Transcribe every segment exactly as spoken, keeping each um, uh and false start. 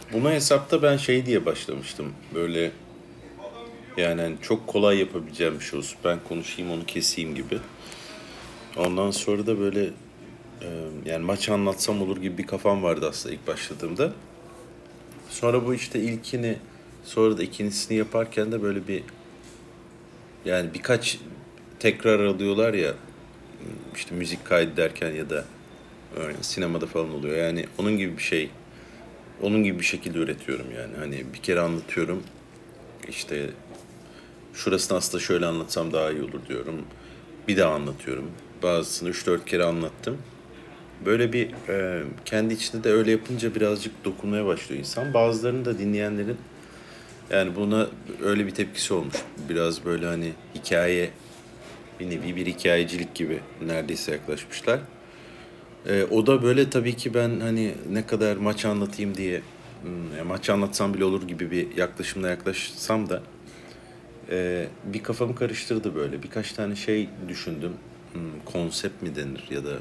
Buna hesapta ben şey diye başlamıştım. Böyle yani hani çok kolay yapabileceğim bir şey olsun. Ben konuşayım onu keseyim gibi. Ondan sonra da böyle e, yani maçı anlatsam olur gibi bir kafam vardı aslında ilk başladığımda. Sonra bu işte ilkini sonra da ikincisini yaparken de böyle bir yani birkaç tekrar alıyorlar ya işte müzik kaydederken ya da öyle sinemada falan oluyor. Yani onun gibi bir şey. Onun gibi bir şekilde üretiyorum yani. Hani bir kere anlatıyorum. İşte şurasını aslında şöyle anlatsam daha iyi olur diyorum. Bir daha anlatıyorum. Bazısını üç dört kere anlattım. Böyle bir e, kendi içinde de öyle yapınca birazcık dokunmaya başlıyor insan. Bazılarını da dinleyenlerin yani buna öyle bir tepkisi olmuş. Biraz böyle hani hikaye bir nevi bir hikayecilik gibi neredeyse yaklaşmışlar. E, o da böyle tabii ki ben hani ne kadar maç anlatayım diye hmm, ya maç anlatsam bile olur gibi bir yaklaşımla yaklaşsam da e, bir kafamı karıştırdı böyle. Birkaç tane şey düşündüm. Hmm, konsept mi denir ya da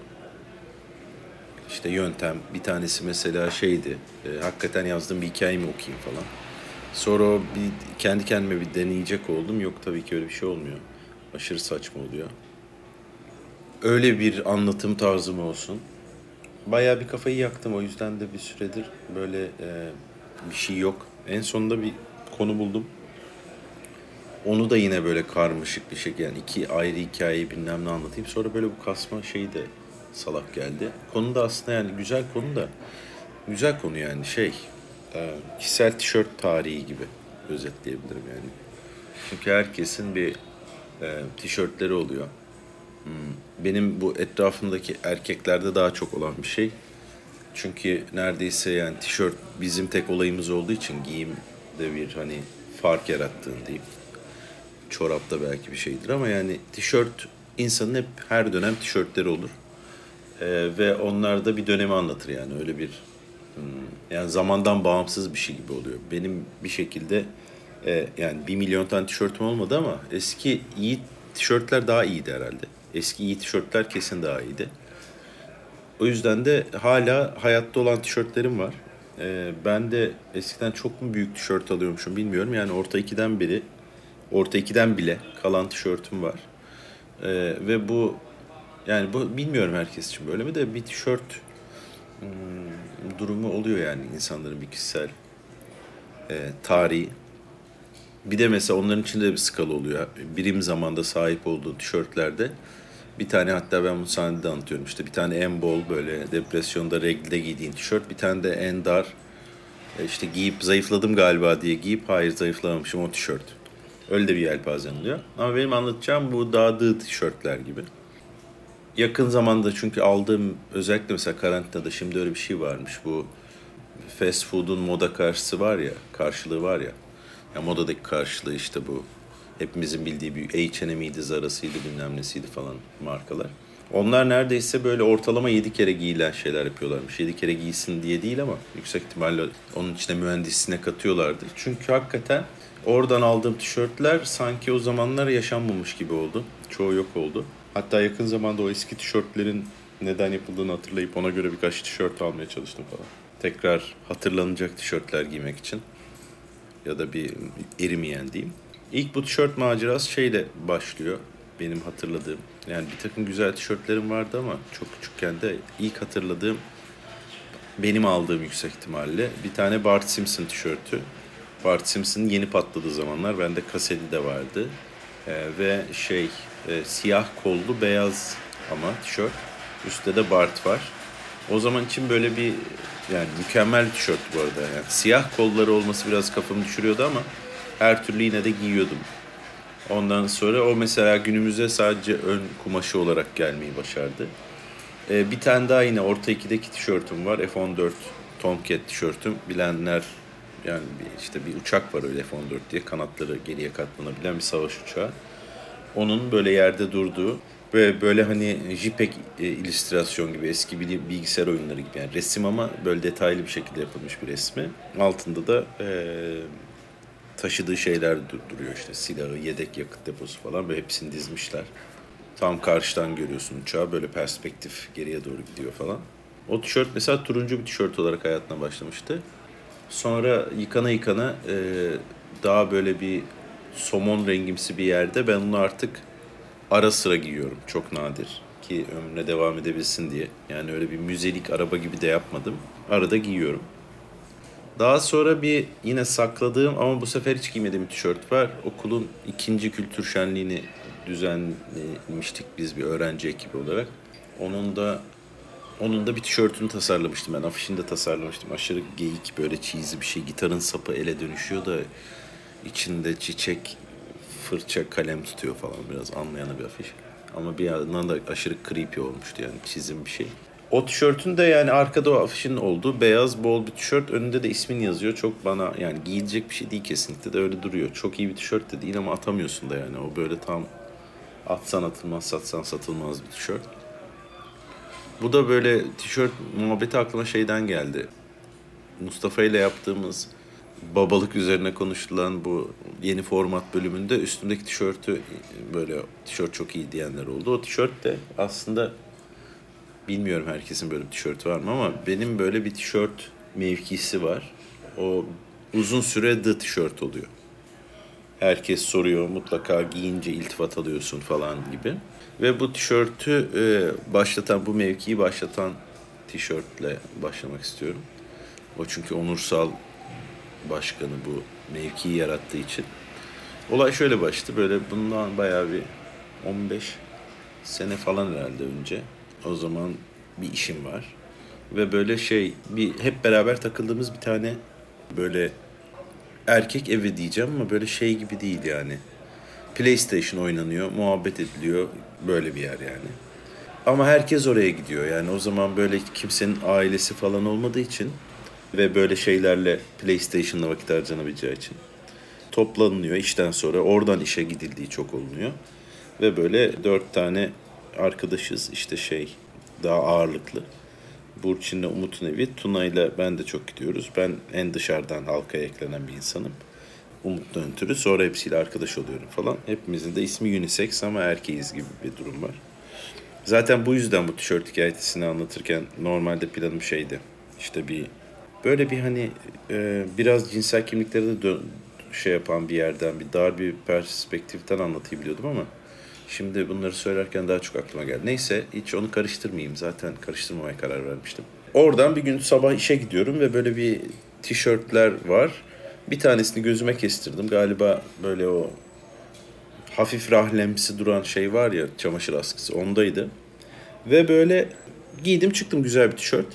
işte yöntem. Bir tanesi mesela şeydi. E, hakikaten yazdığım bir hikaye mi okuyayım falan. Sonra o bir kendi kendime bir deneyecek oldum. Yok tabii ki öyle bir şey olmuyor. Aşırı saçma oluyor. Öyle bir anlatım tarzım olsun. Bayağı bir kafayı yaktım. O yüzden de bir süredir böyle e, bir şey yok. En sonunda bir konu buldum. Onu da yine böyle karmaşık bir şekilde yani iki ayrı hikayeyi bilmem ne anlatayım. Sonra böyle bu kasma şeyi de salak geldi. Konu da aslında yani güzel konu da güzel konu yani şey e, kişisel tişört tarihi gibi özetleyebilirim yani. Çünkü herkesin bir e, tişörtleri oluyor. Benim bu etrafımdaki erkeklerde daha çok olan bir şey. Çünkü neredeyse yani tişört bizim tek olayımız olduğu için giyimde bir hani fark yarattığın diyeyim. Çorapta belki bir şeydir ama yani tişört insanın hep her dönem tişörtleri olur. Ee, ve onlar da bir dönemi anlatır yani öyle bir yani zamandan bağımsız bir şey gibi oluyor. Benim bir şekilde e, yani bir milyon tane tişörtüm olmadı ama eski iyi tişörtler daha iyiydi herhalde. Eski iyi tişörtler kesin daha iyiydi. O yüzden de hala hayatta olan tişörtlerim var. Ee, ben de eskiden çok mu büyük tişört alıyormuşum bilmiyorum. Yani orta ikiden biri, orta ikiden bile kalan tişörtüm var. Ee, ve bu yani bu bilmiyorum herkes için böyle mi de bir tişört durumu oluyor yani insanların bir kişisel e, tarihi. Bir de mesela onların içinde de bir skala oluyor. Birim zamanda sahip olduğu tişörtlerde bir tane hatta ben bunu sahnede anlatıyorum. İşte bir tane en bol böyle depresyonda reglide giydiğin tişört. Bir tane de en dar e, işte giyip zayıfladım galiba diye giyip hayır zayıflamamışım o tişört. Öyle de bir yelpazen oluyor. Ama benim anlatacağım bu dağdığı tişörtler gibi. Yakın zamanda çünkü aldığım özellikle mesela karantinada şimdi öyle bir şey varmış. Bu fast food'un moda karşısı var ya, karşılığı var ya. Ya modadaki karşılığı işte bu. Hepimizin bildiği bir H and M'iydi, Zara'sıydı bilmem nesiydi falan markalar. Onlar neredeyse böyle ortalama yedi kere giyilen şeyler yapıyorlarmış. Yedi kere giysin diye değil ama yüksek ihtimalle onun içine mühendisliğine katıyorlardı. Çünkü hakikaten oradan aldığım tişörtler sanki o zamanlar yaşanmamış gibi oldu. Çoğu yok oldu. Hatta yakın zamanda o eski tişörtlerin neden yapıldığını hatırlayıp ona göre birkaç tişört almaya çalıştım falan. Tekrar hatırlanacak tişörtler giymek için ya da bir erimeyen diyeyim. İlk bu tişört macerası şeyle başlıyor benim hatırladığım. Yani bir takım güzel tişörtlerim vardı ama çok küçükken de ilk hatırladığım benim aldığım yüksek ihtimalle bir tane Bart Simpson tişörtü. Bart Simpson'ın yeni patladığı zamanlar bende kaseti de vardı. Ee, ve şey e, siyah kollu beyaz ama tişört. Üstte de Bart var. O zaman için böyle bir yani mükemmel bir tişört bu arada. Yani siyah kolları olması biraz kafamı düşürüyordu ama her türlü yine de giyiyordum. Ondan sonra o mesela günümüze sadece ön kumaşı olarak gelmeyi başardı. Ee, bir tane daha yine orta ikideki tişörtüm var. F on dört Tomcat tişörtüm. Bilenler yani bir, işte bir uçak var öyle F on dört diye kanatları geriye katlanabilen bir savaş uçağı. Onun böyle yerde durduğu ve böyle hani JPEG e, illüstrasyon gibi eski bir bilgisayar oyunları gibi yani resim ama böyle detaylı bir şekilde yapılmış bir resmi. Altında da e, taşıdığı şeyler duruyor işte silahı, yedek yakıt deposu falan böyle hepsini dizmişler. Tam karşıdan görüyorsun uçağı böyle perspektif geriye doğru gidiyor falan. O tişört mesela turuncu bir tişört olarak hayatına başlamıştı. Sonra yıkana yıkana e, daha böyle bir somon rengimsi bir yerde ben onu artık ara sıra giyiyorum. Çok nadir ki ömrüne devam edebilsin diye. Yani öyle bir müzelik araba gibi de yapmadım. Arada giyiyorum. Daha sonra bir yine sakladığım ama bu sefer hiç giymediğim bir tişört var. Okulun ikinci kültür şenliğini düzenlemiştik biz bir öğrenci ekibi olarak. Onun da onun da bir tişörtünü tasarlamıştım ben. Afişini de tasarlamıştım. Aşırı geyik böyle cheesy bir şey. Gitarın sapı ele dönüşüyor da içinde çiçek, fırça, kalem tutuyor falan. Biraz anlayana bir afiş. Ama bir yandan da aşırı creepy olmuştu yani çizim bir şey. O tişörtün de yani arkada o afişin olduğu beyaz bol bir tişört. Önünde de ismin yazıyor. Çok bana yani giyilecek bir şey değil kesinlikle de öyle duruyor. Çok iyi bir tişört de değil ama atamıyorsun da yani. O böyle tam atsan atılmaz, satsan satılmaz bir tişört. Bu da böyle tişört muhabbeti aklıma şeyden geldi. Mustafa ile yaptığımız babalık üzerine konuşulan bu yeni format bölümünde üstümdeki tişörtü böyle tişört çok iyi diyenler oldu. O tişört de aslında bilmiyorum herkesin böyle bir tişörtü var mı ama benim böyle bir tişört mevkisi var. O uzun süre the tişört oluyor. Herkes soruyor mutlaka giyince iltifat alıyorsun falan gibi. Ve bu tişörtü e, başlatan, bu mevkiyi başlatan tişörtle başlamak istiyorum. O çünkü onursal başkanı bu mevkiyi yarattığı için. Olay şöyle başladı. Böyle bundan bayağı bir on beş sene falan herhalde önce. O zaman bir işim var. Ve böyle şey bir hep beraber takıldığımız bir tane böyle erkek evi diyeceğim ama böyle şey gibi değil yani. PlayStation oynanıyor, muhabbet ediliyor. Böyle bir yer yani. Ama herkes oraya gidiyor. Yani o zaman böyle kimsenin ailesi falan olmadığı için ve böyle şeylerle PlayStation'la vakit harcanabileceği için toplanılıyor işten sonra. Oradan işe gidildiği çok olunuyor. Ve böyle dört tane arkadaşız işte şey daha ağırlıklı. Burçin'le Umut'un evi. Tuna'yla ben de çok gidiyoruz. Ben en dışarıdan halkaya eklenen bir insanım. Umut'tan ötürü sonra hepsiyle arkadaş oluyorum falan. Hepimizin de ismi unisex ama erkeğiz gibi bir durum var. Zaten bu yüzden bu tişört hikayesini anlatırken normalde planım şeydi. İşte bir böyle bir hani e, biraz cinsel kimlikleri de dö- şey yapan bir yerden bir dar bir perspektiften anlatayım biliyordum ama şimdi bunları söylerken daha çok aklıma geldi. Neyse hiç onu karıştırmayayım. Zaten karıştırmamaya karar vermiştim. Oradan bir gün sabah işe gidiyorum ve böyle bir tişörtler var. Bir tanesini gözüme kestirdim. Galiba böyle o hafif rahlemsi duran şey var ya çamaşır askısı ondaydı. Ve böyle giydim çıktım güzel bir tişört.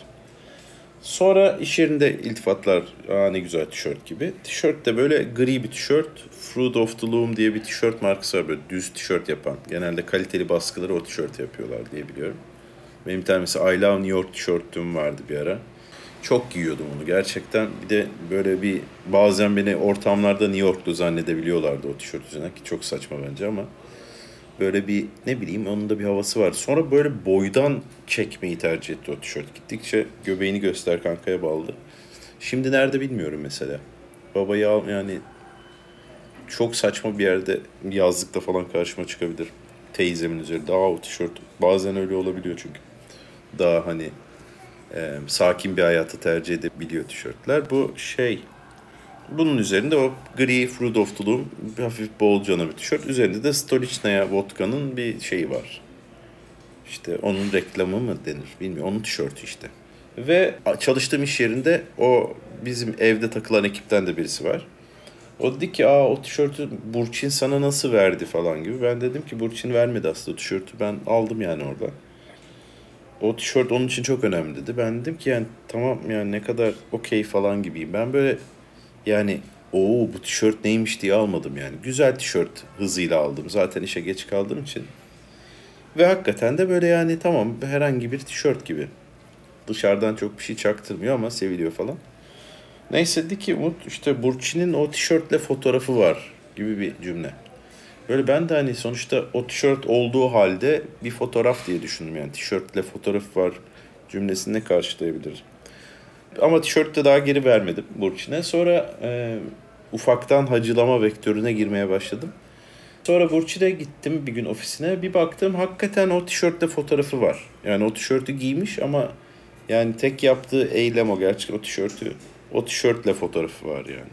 Sonra iş yerinde iltifatlar, aa ne güzel tişört gibi. Tişört de böyle gri bir tişört. Fruit of the Loom diye bir tişört markası var böyle düz tişört yapan. Genelde kaliteli baskıları o tişört yapıyorlar diye biliyorum. Benim bir tane mesela I Love New York tişörtüm vardı bir ara. Çok giyiyordum onu gerçekten. Bir de böyle bir bazen beni ortamlarda New York'lu zannedebiliyorlardı o tişört üzerine ki çok saçma bence ama böyle bir ne bileyim onun da bir havası var. Sonra böyle boydan çekmeyi tercih etti o tişört. Gittikçe göbeğini göster kankaya bağladı. Şimdi nerede bilmiyorum mesela. Babayı al yani çok saçma bir yerde yazlıkta falan karşıma çıkabilir. Teyzemin üzerinde. Aa o tişört. Bazen öyle olabiliyor çünkü. Daha hani e, sakin bir hayatı tercih edebiliyor tişörtler. Bu şey bunun üzerinde o gri Fruit of the Loom bir hafif bolcana bir tişört. Üzerinde de Stolichnaya vodka'nın bir şeyi var. İşte onun reklamı mı denir bilmiyorum. Onun tişörtü işte. Ve çalıştığım iş yerinde o bizim evde takılan ekipten de birisi var. O dedi ki aa o tişörtü Burçin sana nasıl verdi falan gibi. Ben dedim ki Burçin vermedi aslında o tişörtü. Ben aldım yani orada. O tişört onun için çok önemli dedi. Ben dedim ki yani tamam yani ne kadar okey falan gibiyim. Ben böyle yani o bu tişört neymiş diye almadım yani. Güzel tişört hızıyla aldım. Zaten işe geç kaldığım için. Ve hakikaten de böyle yani tamam herhangi bir tişört gibi. Dışarıdan çok bir şey çaktırmıyor ama seviliyor falan. Neyse dedi ki Umut işte Burçin'in o tişörtle fotoğrafı var gibi bir cümle. Böyle ben de hani sonuçta o tişört olduğu halde bir fotoğraf diye düşündüm yani. Tişörtle fotoğraf var cümlesini ne karşılayabilir? Ama tişörtte daha geri vermedim Burçin'e. Sonra e, ufaktan hacılama vektörüne girmeye başladım. Sonra Burçin'e gittim bir gün ofisine. Bir baktım hakikaten o tişörtte fotoğrafı var. Yani o tişörtü giymiş ama yani tek yaptığı eylem o gerçekten o tişörtü O tişörtle fotoğrafı var yani.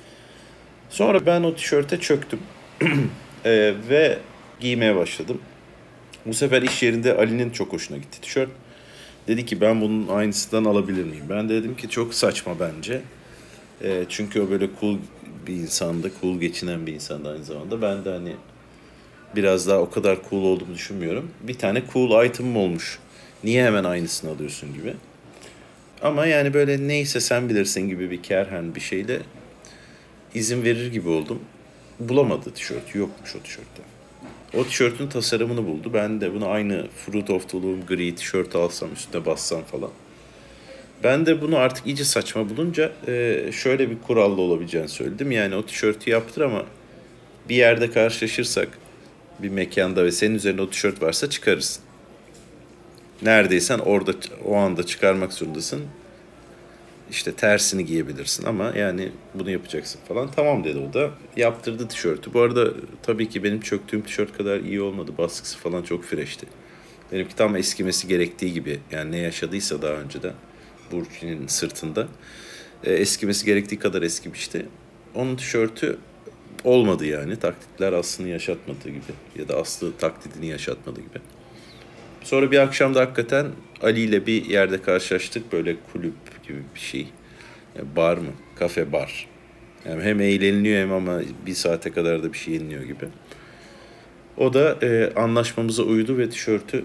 Sonra ben o tişörte çöktüm. Ee, ve giymeye başladım. Bu sefer iş yerinde Ali'nin çok hoşuna gitti tişört. Dedi ki ben bunun aynısından alabilir miyim? Ben de dedim ki çok saçma bence. Ee, çünkü o böyle cool bir insandı. Cool geçinen bir insandı aynı zamanda. Ben de hani biraz daha o kadar cool olduğumu düşünmüyorum. Bir tane cool item'ım olmuş. Niye hemen aynısını alıyorsun gibi. Ama yani böyle neyse sen bilirsin gibi bir kerhen bir şeyle izin verir gibi oldum. Bulamadı tişört. Yokmuş o tişörtte. O tişörtün tasarımını buldu. Ben de bunu aynı Fruit of the Loom gri tişört alsam üstüne bassam falan. Ben de bunu artık iyice saçma bulunca e, şöyle bir kurallı olabileceğini söyledim. Yani o tişörtü yaptır ama bir yerde karşılaşırsak bir mekanda ve senin üzerinde o tişört varsa çıkarırsın. Neredeysen orada o anda çıkarmak zorundasın. İşte tersini giyebilirsin ama yani bunu yapacaksın falan. Tamam dedi o da. Yaptırdı tişörtü. Bu arada tabii ki benim çöktüğüm tişört kadar iyi olmadı. Baskısı falan çok freshti. Benimki tam eskimesi gerektiği gibi. Yani ne yaşadıysa daha önceden Burçin'in sırtında. E, eskimesi gerektiği kadar eskimişti. Onun tişörtü olmadı yani. Taklitler aslını yaşatmadığı gibi. Ya da aslı taklidini yaşatmadığı gibi. Sonra bir akşam da hakikaten Ali ile bir yerde karşılaştık. Böyle kulüp gibi bir şey. Yani bar mı? Kafe bar. Yani hem eğleniliyor hem ama bir saate kadar da bir şey yeniliyor gibi. O da e, anlaşmamıza uydu ve tişörtü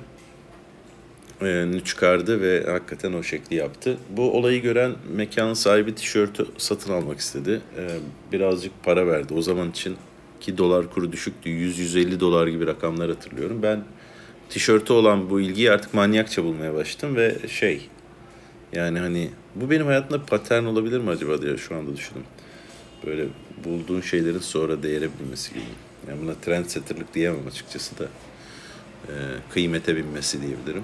e, çıkardı ve hakikaten o şekli yaptı. Bu olayı gören mekanın sahibi tişörtü satın almak istedi. E, birazcık para verdi. O zaman için ki dolar kuru düşüktü. yüz yüz elli dolar gibi rakamlar hatırlıyorum. Ben tişörtü olan bu ilgiyi artık manyakça bulmaya başladım ve şey yani hani bu benim hayatımda bir patern olabilir mi acaba diye şu anda düşündüm. Böyle bulduğun şeylerin sonra değere binmesi gibi. Yani buna trendsetterlık diyemem açıkçası da e, kıymete binmesi diyebilirim.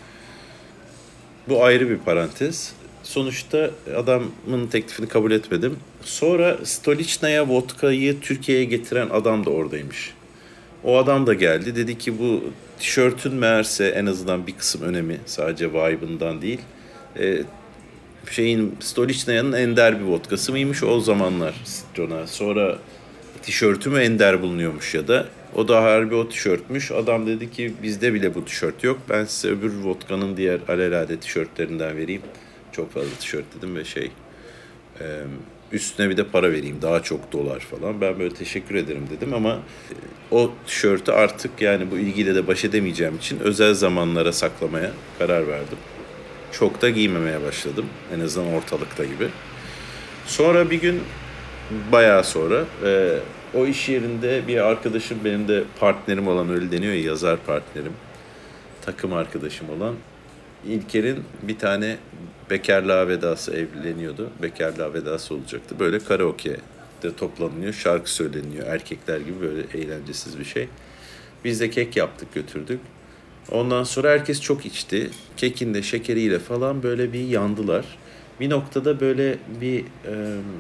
Bu ayrı bir parantez. Sonuçta adamın teklifini kabul etmedim. Sonra Stolichnaya vodkayı Türkiye'ye getiren adam da oradaymış. O adam da geldi. Dedi ki bu tişörtün meğerse en azından bir kısım önemi sadece vibe'ından değil. E, şeyin Stolichnaya'nın ender bir vodkası mıymış o zamanlar Citrona. Sonra tişörtü mü ender bulunuyormuş ya da o da harbi o tişörtmüş. Adam dedi ki bizde bile bu tişört yok. Ben size öbür vodkanın diğer alelade tişörtlerinden vereyim. Çok fazla tişört dedim ve şey e, üstüne bir de para vereyim. Daha çok dolar falan. Ben böyle teşekkür ederim dedim ama e, o tişörtü artık yani bu ilgiyle de baş edemeyeceğim için özel zamanlara saklamaya karar verdim. Çok da giymemeye başladım. En azından ortalıkta gibi. Sonra bir gün bayağı sonra e, o iş yerinde bir arkadaşım benim de partnerim olan öyle deniyor ya yazar partnerim. Takım arkadaşım olan İlker'in bir tane bekarlığa vedası evleniyordu. Bekarlığa vedası olacaktı. Böyle karaoke'de toplanılıyor. Şarkı söyleniyor. Erkekler gibi böyle eğlencesiz bir şey. Biz de kek yaptık götürdük. Ondan sonra herkes çok içti. Kekin de şekeriyle falan böyle bir yandılar. Bir noktada böyle bir e,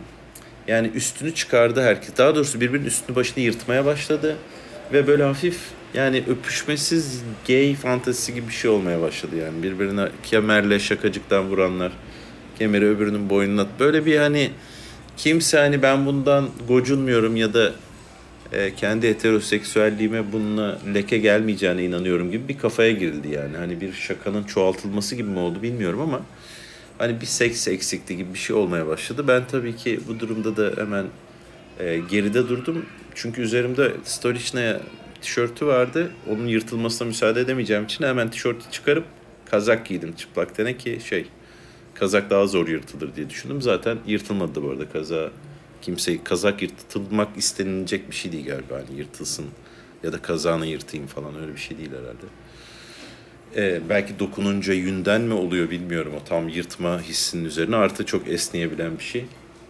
yani üstünü çıkardı herkes. Daha doğrusu birbirinin üstünü başını yırtmaya başladı. Ve böyle hafif yani öpüşmesiz gay fantezisi gibi bir şey olmaya başladı yani. Birbirine kemerle şakacıktan vuranlar. Kemeri öbürünün boynuna. Böyle bir hani kimse hani ben bundan gocunmuyorum ya da e, kendi heteroseksüelliğime bununla leke gelmeyeceğine inanıyorum gibi bir kafaya girildi yani. Hani bir şakanın çoğaltılması gibi mi oldu bilmiyorum ama hani bir seks eksikliği gibi bir şey olmaya başladı. Ben tabii ki bu durumda da hemen e, geride durdum. Çünkü üzerimde Stolichnaya tişörtü vardı. Onun yırtılmasına müsaade edemeyeceğim için hemen tişörtü çıkarıp kazak giydim çıplak tene ki şey kazak daha zor yırtılır diye düşündüm. Zaten yırtılmadı bu arada kaza. Kimse kazak yırtılmak istenilecek bir şey değil galiba. Hani yırtılsın ya da kazağını yırtayım falan öyle bir şey değil herhalde. Ee, belki dokununca yünden mi oluyor bilmiyorum o tam yırtma hissinin üzerine. Artı çok esneyebilen bir şey.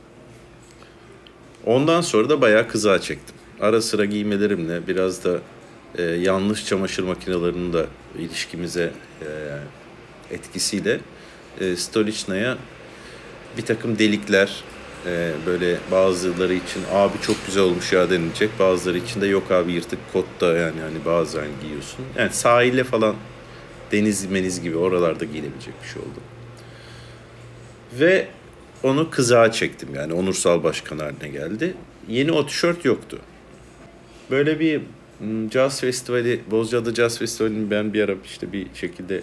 Ondan sonra da bayağı kızağa çektim. Ara sıra giymelerimle biraz da e, yanlış çamaşır makinelerinin de ilişkimize e, etkisiyle e, Stolichnaya bir takım delikler e, böyle bazıları için abi çok güzel olmuş ya denilecek. Bazıları için de yok abi yırtık kot da yani hani bazen giyiyorsun. Yani sahile falan deniz meniz gibi oralarda giyilebilecek bir şey oldu. Ve onu kızağa çektim, yani onursal başkan haline geldi. Yeni o tişört yoktu. Böyle bir m, Jazz Festivali, Bozcaada Jazz Festivali'nin ben bir ara işte bir şekilde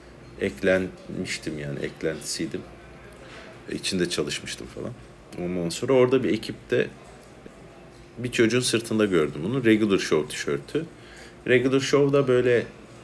eklenmiştim, yani eklentisiydim. İçinde çalışmıştım falan. Ondan sonra orada bir ekipte bir çocuğun sırtında gördüm bunu. Regular Show tişörtü. Regular Show'da böyle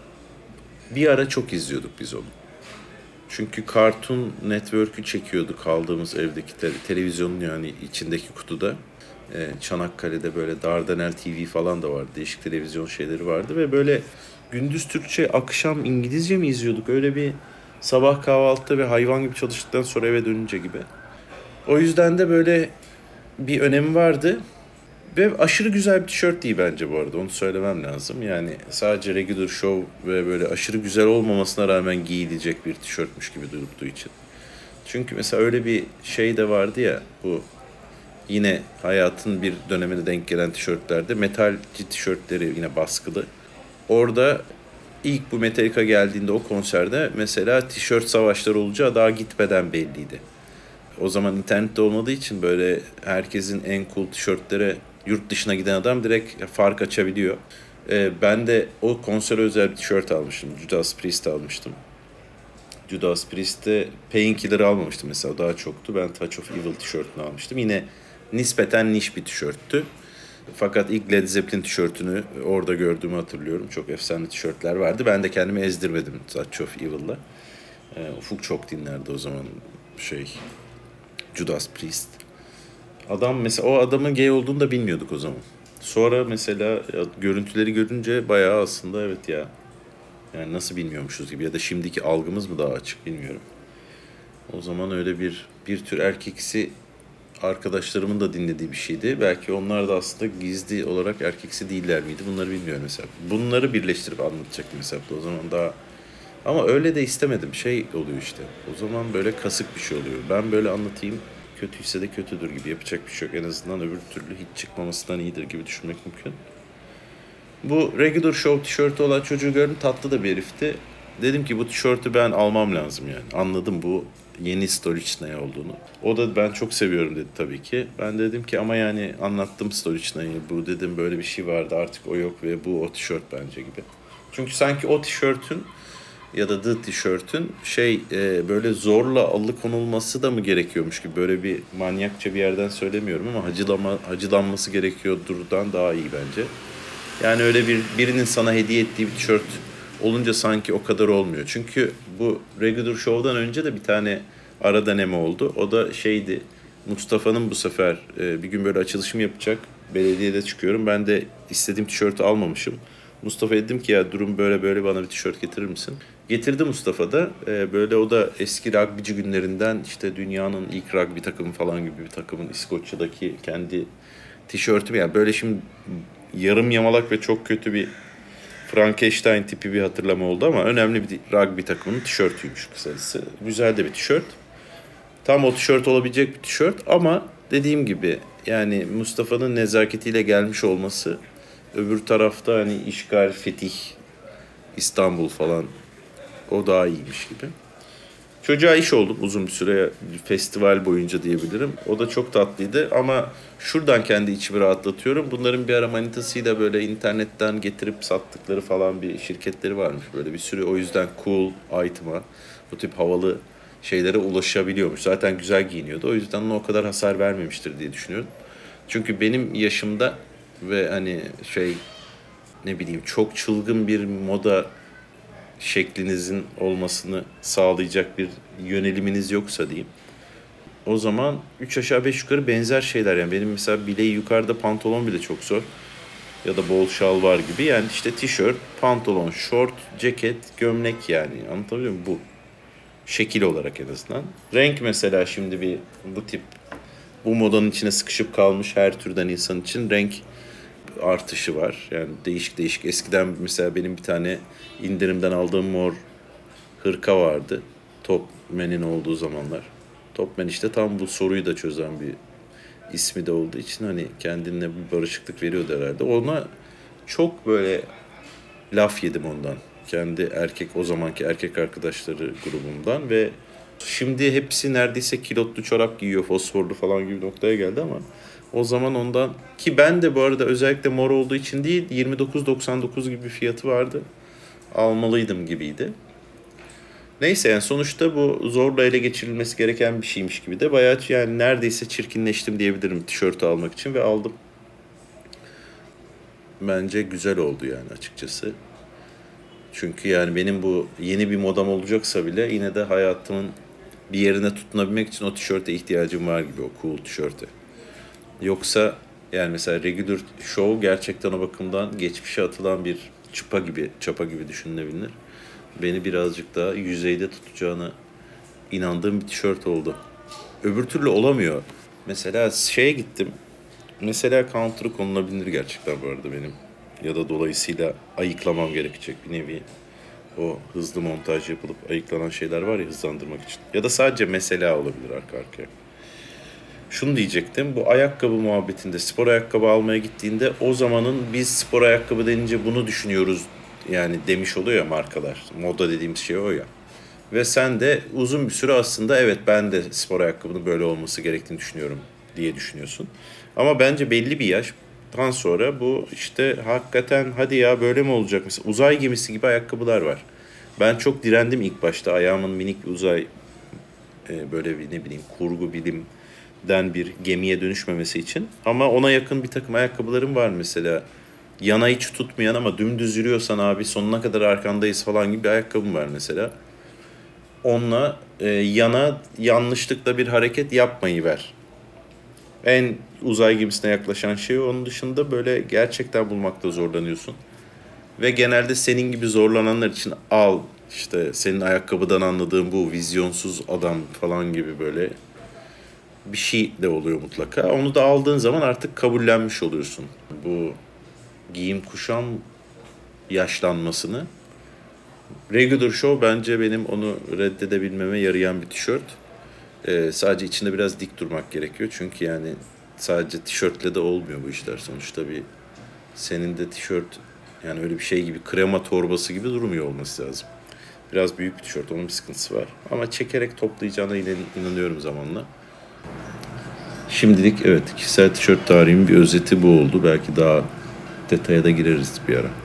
bir ara çok izliyorduk biz onu. Çünkü Cartoon Network'ü çekiyordu kaldığımız evdeki te- televizyonun, yani içindeki kutuda. Ee, Çanakkale'de böyle Dardanel T V falan da vardı. Değişik televizyon şeyleri vardı ve böyle gündüz Türkçe, akşam İngilizce mi izliyorduk? Öyle bir sabah kahvaltıda ve hayvan gibi çalıştıktan sonra eve dönünce gibi. O yüzden de böyle bir önemi vardı. Ve aşırı güzel bir tişört değil bence bu arada. Onu söylemem lazım. Yani sadece regular show ve böyle aşırı güzel olmamasına rağmen giyilecek bir tişörtmüş gibi durduğu için. Çünkü mesela öyle bir şey de vardı ya, bu yine hayatın bir dönemine denk gelen tişörtlerde metalci tişörtleri, yine baskılı. Orada ilk bu Metallica geldiğinde o konserde mesela tişört savaşları olacağı daha gitmeden belliydi. O zaman internette olmadığı için böyle herkesin en cool tişörtlere yurt dışına giden adam direkt fark açabiliyor. Ee, ben de o konsere özel bir tişört almıştım. Judas Priest almıştım. Judas Priest'te Painkiller almamıştım mesela, daha çoktu. Ben Touch of Evil tişörtünü almıştım. Yine nispeten niş bir tişörttü. Fakat ilk Led Zeppelin tişörtünü orada gördüğümü hatırlıyorum. Çok efsane tişörtler vardı. Ben de kendimi ezdirmedim Touch of Evil'la. Ee, Ufuk çok dinlerdi o zaman şey Judas Priest. Adam mesela, o adamın gay olduğunu da bilmiyorduk o zaman. Sonra mesela ya, görüntüleri görünce bayağı aslında evet ya. Yani nasıl bilmiyormuşuz gibi, ya da şimdiki algımız mı daha açık bilmiyorum. O zaman öyle bir bir tür erkeksi arkadaşlarımın da dinlediği bir şeydi. Belki onlar da aslında gizli olarak erkeksi değiller miydi? Bunları bilmiyorum mesela. Bunları birleştirip anlatacaktım mesela. O zaman daha, ama öyle de istemedim. Şey oluyor işte. O zaman böyle kasık bir şey oluyor. Ben böyle anlatayım. Kötüyse de kötüdür gibi, yapacak bir şey yok. En azından öbür türlü hiç çıkmamasından iyidir gibi düşünmek mümkün. Bu regular show tişörtü olan çocuğu gördüm. Tatlı da bir herifti. Dedim ki bu tişörtü ben almam lazım yani. Anladım bu yeni Stolichnaya olduğunu. O da ben çok seviyorum dedi tabii ki. Ben dedim ki ama yani anlattım Stolichnayı. Bu dedim böyle bir şey vardı, artık o yok ve bu o tişört bence gibi. Çünkü sanki o tişörtün ya da The tişörtün şey e, böyle zorla alıkonulması da mı gerekiyormuş gibi, böyle bir manyakça bir yerden söylemiyorum ama hacılama, hacılanması gerekiyordurudan daha iyi bence. Yani öyle bir birinin sana hediye ettiği bir tişört olunca sanki o kadar olmuyor. Çünkü bu Regular Show'dan önce de bir tane ara deneme oldu. O da şeydi, Mustafa'nın bu sefer e, bir gün böyle açılışımı yapacak. Belediyede çıkıyorum. Ben de istediğim tişörtü almamışım. Mustafa dedim ki ya durum böyle böyle, bana bir tişört getirir misin? Getirdi Mustafa da. Ee, böyle o da eski rugbyci günlerinden, işte dünyanın ilk rugby takımı falan gibi bir takımın İskoçya'daki kendi tişörtü. Yani böyle şimdi yarım yamalak ve çok kötü bir Frankenstein tipi bir hatırlama oldu ama önemli bir rugby takımının tişörtüymüş kısacası. Güzel de bir tişört. Tam o tişört olabilecek bir tişört ama dediğim gibi yani Mustafa'nın nezaketiyle gelmiş olması, öbür tarafta hani işgal, fetih, İstanbul falan, o daha iyiymiş gibi. Çocuğa iş oldum uzun bir süre, festival boyunca diyebilirim. O da çok tatlıydı ama şuradan kendi içimi rahatlatıyorum. Bunların bir ara manitasıyla böyle internetten getirip sattıkları falan bir şirketleri varmış. Böyle bir sürü, o yüzden cool item'a, bu tip havalı şeylere ulaşabiliyormuş. Zaten güzel giyiniyordu. O yüzden ona o kadar hasar vermemiştir diye düşünüyorum. Çünkü benim yaşımda ve hani şey, ne bileyim, çok çılgın bir moda şeklinizin olmasını sağlayacak bir yöneliminiz yoksa diyeyim. O zaman üç aşağı beş yukarı benzer şeyler. Yani benim mesela bileği yukarıda pantolon bile çok zor. Ya da bol şalvar gibi. Yani işte tişört, pantolon, şort, ceket, gömlek, yani anlatabiliyor muyum? Bu. Şekil olarak en azından. Renk mesela şimdi bir bu tip, bu modanın içine sıkışıp kalmış her türden insan için renk artışı var. Yani değişik değişik. Eskiden mesela benim bir tane indirimden aldığım mor hırka vardı. Topman'in olduğu zamanlar. Topman işte tam bu soruyu da çözen bir ismi de olduğu için hani kendine bir barışıklık veriyordu herhalde. Ona çok böyle laf yedim ondan. Kendi erkek, o zamanki erkek arkadaşları grubumdan ve Şimdi hepsi neredeyse kilotlu çorap giyiyor, fosforlu falan gibi noktaya geldi ama o zaman ondan, ki ben de bu arada özellikle mor olduğu için değil, yirmi dokuz doksan dokuz gibi bir fiyatı vardı. Almalıydım gibiydi. Neyse, yani sonuçta bu zorla ele geçirilmesi gereken bir şeymiş gibi de bayağı, yani neredeyse çirkinleştim diyebilirim tişörtü almak için ve aldım. Bence güzel oldu yani açıkçası. Çünkü yani benim bu yeni bir modam olacaksa bile yine de hayatımın bir yerine tutunabilmek için o tişörte ihtiyacım var gibi, o cool tişörte. Yoksa yani mesela Regular Show gerçekten o bakımdan geçmişe atılan bir çıpa gibi, çapa gibi düşünülebilir. Beni birazcık daha yüzeyde tutacağına inandığım bir tişört oldu. Öbür türlü olamıyor. Mesela şeye gittim. Mesela counter'ı konulabilir gerçekten bu arada benim. Ya da dolayısıyla ayıklamam gerekecek bir nevi. O hızlı montaj yapılıp ayıklanan şeyler var ya, hızlandırmak için. Ya da sadece mesela olabilir arka arkaya. Şunu diyecektim. Bu ayakkabı muhabbetinde, spor ayakkabı almaya gittiğinde o zamanın biz spor ayakkabı denince bunu düşünüyoruz yani demiş oluyor ya markalar. Moda dediğimiz şey o ya. Ve sen de uzun bir süre aslında evet ben de spor ayakkabının böyle olması gerektiğini düşünüyorum diye düşünüyorsun. Ama bence belli bir yaştan sonra bu işte hakikaten hadi ya böyle mi olacak? Mesela uzay gemisi gibi ayakkabılar var. Ben çok direndim ilk başta, ayağımın minik bir uzay e, böyle bir ne bileyim kurgu bilimden bir gemiye dönüşmemesi için. Ama ona yakın bir takım ayakkabılarım var mesela. Yana hiç tutmayan ama dümdüz yürüyorsan abi sonuna kadar arkandayız falan gibi bir ayakkabım var mesela. Onunla e, yana yanlışlıkla bir hareket yapmayı ver. En uzay gemisine yaklaşan şey o. Onun dışında böyle gerçekten bulmakta zorlanıyorsun. Ve genelde senin gibi zorlananlar için al işte senin ayakkabıdan anladığın bu vizyonsuz adam falan gibi böyle bir şey de oluyor mutlaka. Onu da aldığın zaman artık kabullenmiş oluyorsun. Bu giyim kuşam yaşlanmasını. Regular Show bence benim onu reddedebilmeme yarayan bir tişört. Ee, sadece içinde biraz dik durmak gerekiyor. Çünkü yani sadece tişörtle de olmuyor bu işler. Sonuçta bir senin de tişört yani öyle bir şey gibi krema torbası gibi durmuyor olması lazım. Biraz büyük bir tişört, onun bir sıkıntısı var. Ama çekerek toplayacağına inan- inanıyorum zamanla. Şimdilik evet, kişisel tişört tarihimin bir özeti bu oldu. Belki daha detaya da gireriz bir ara.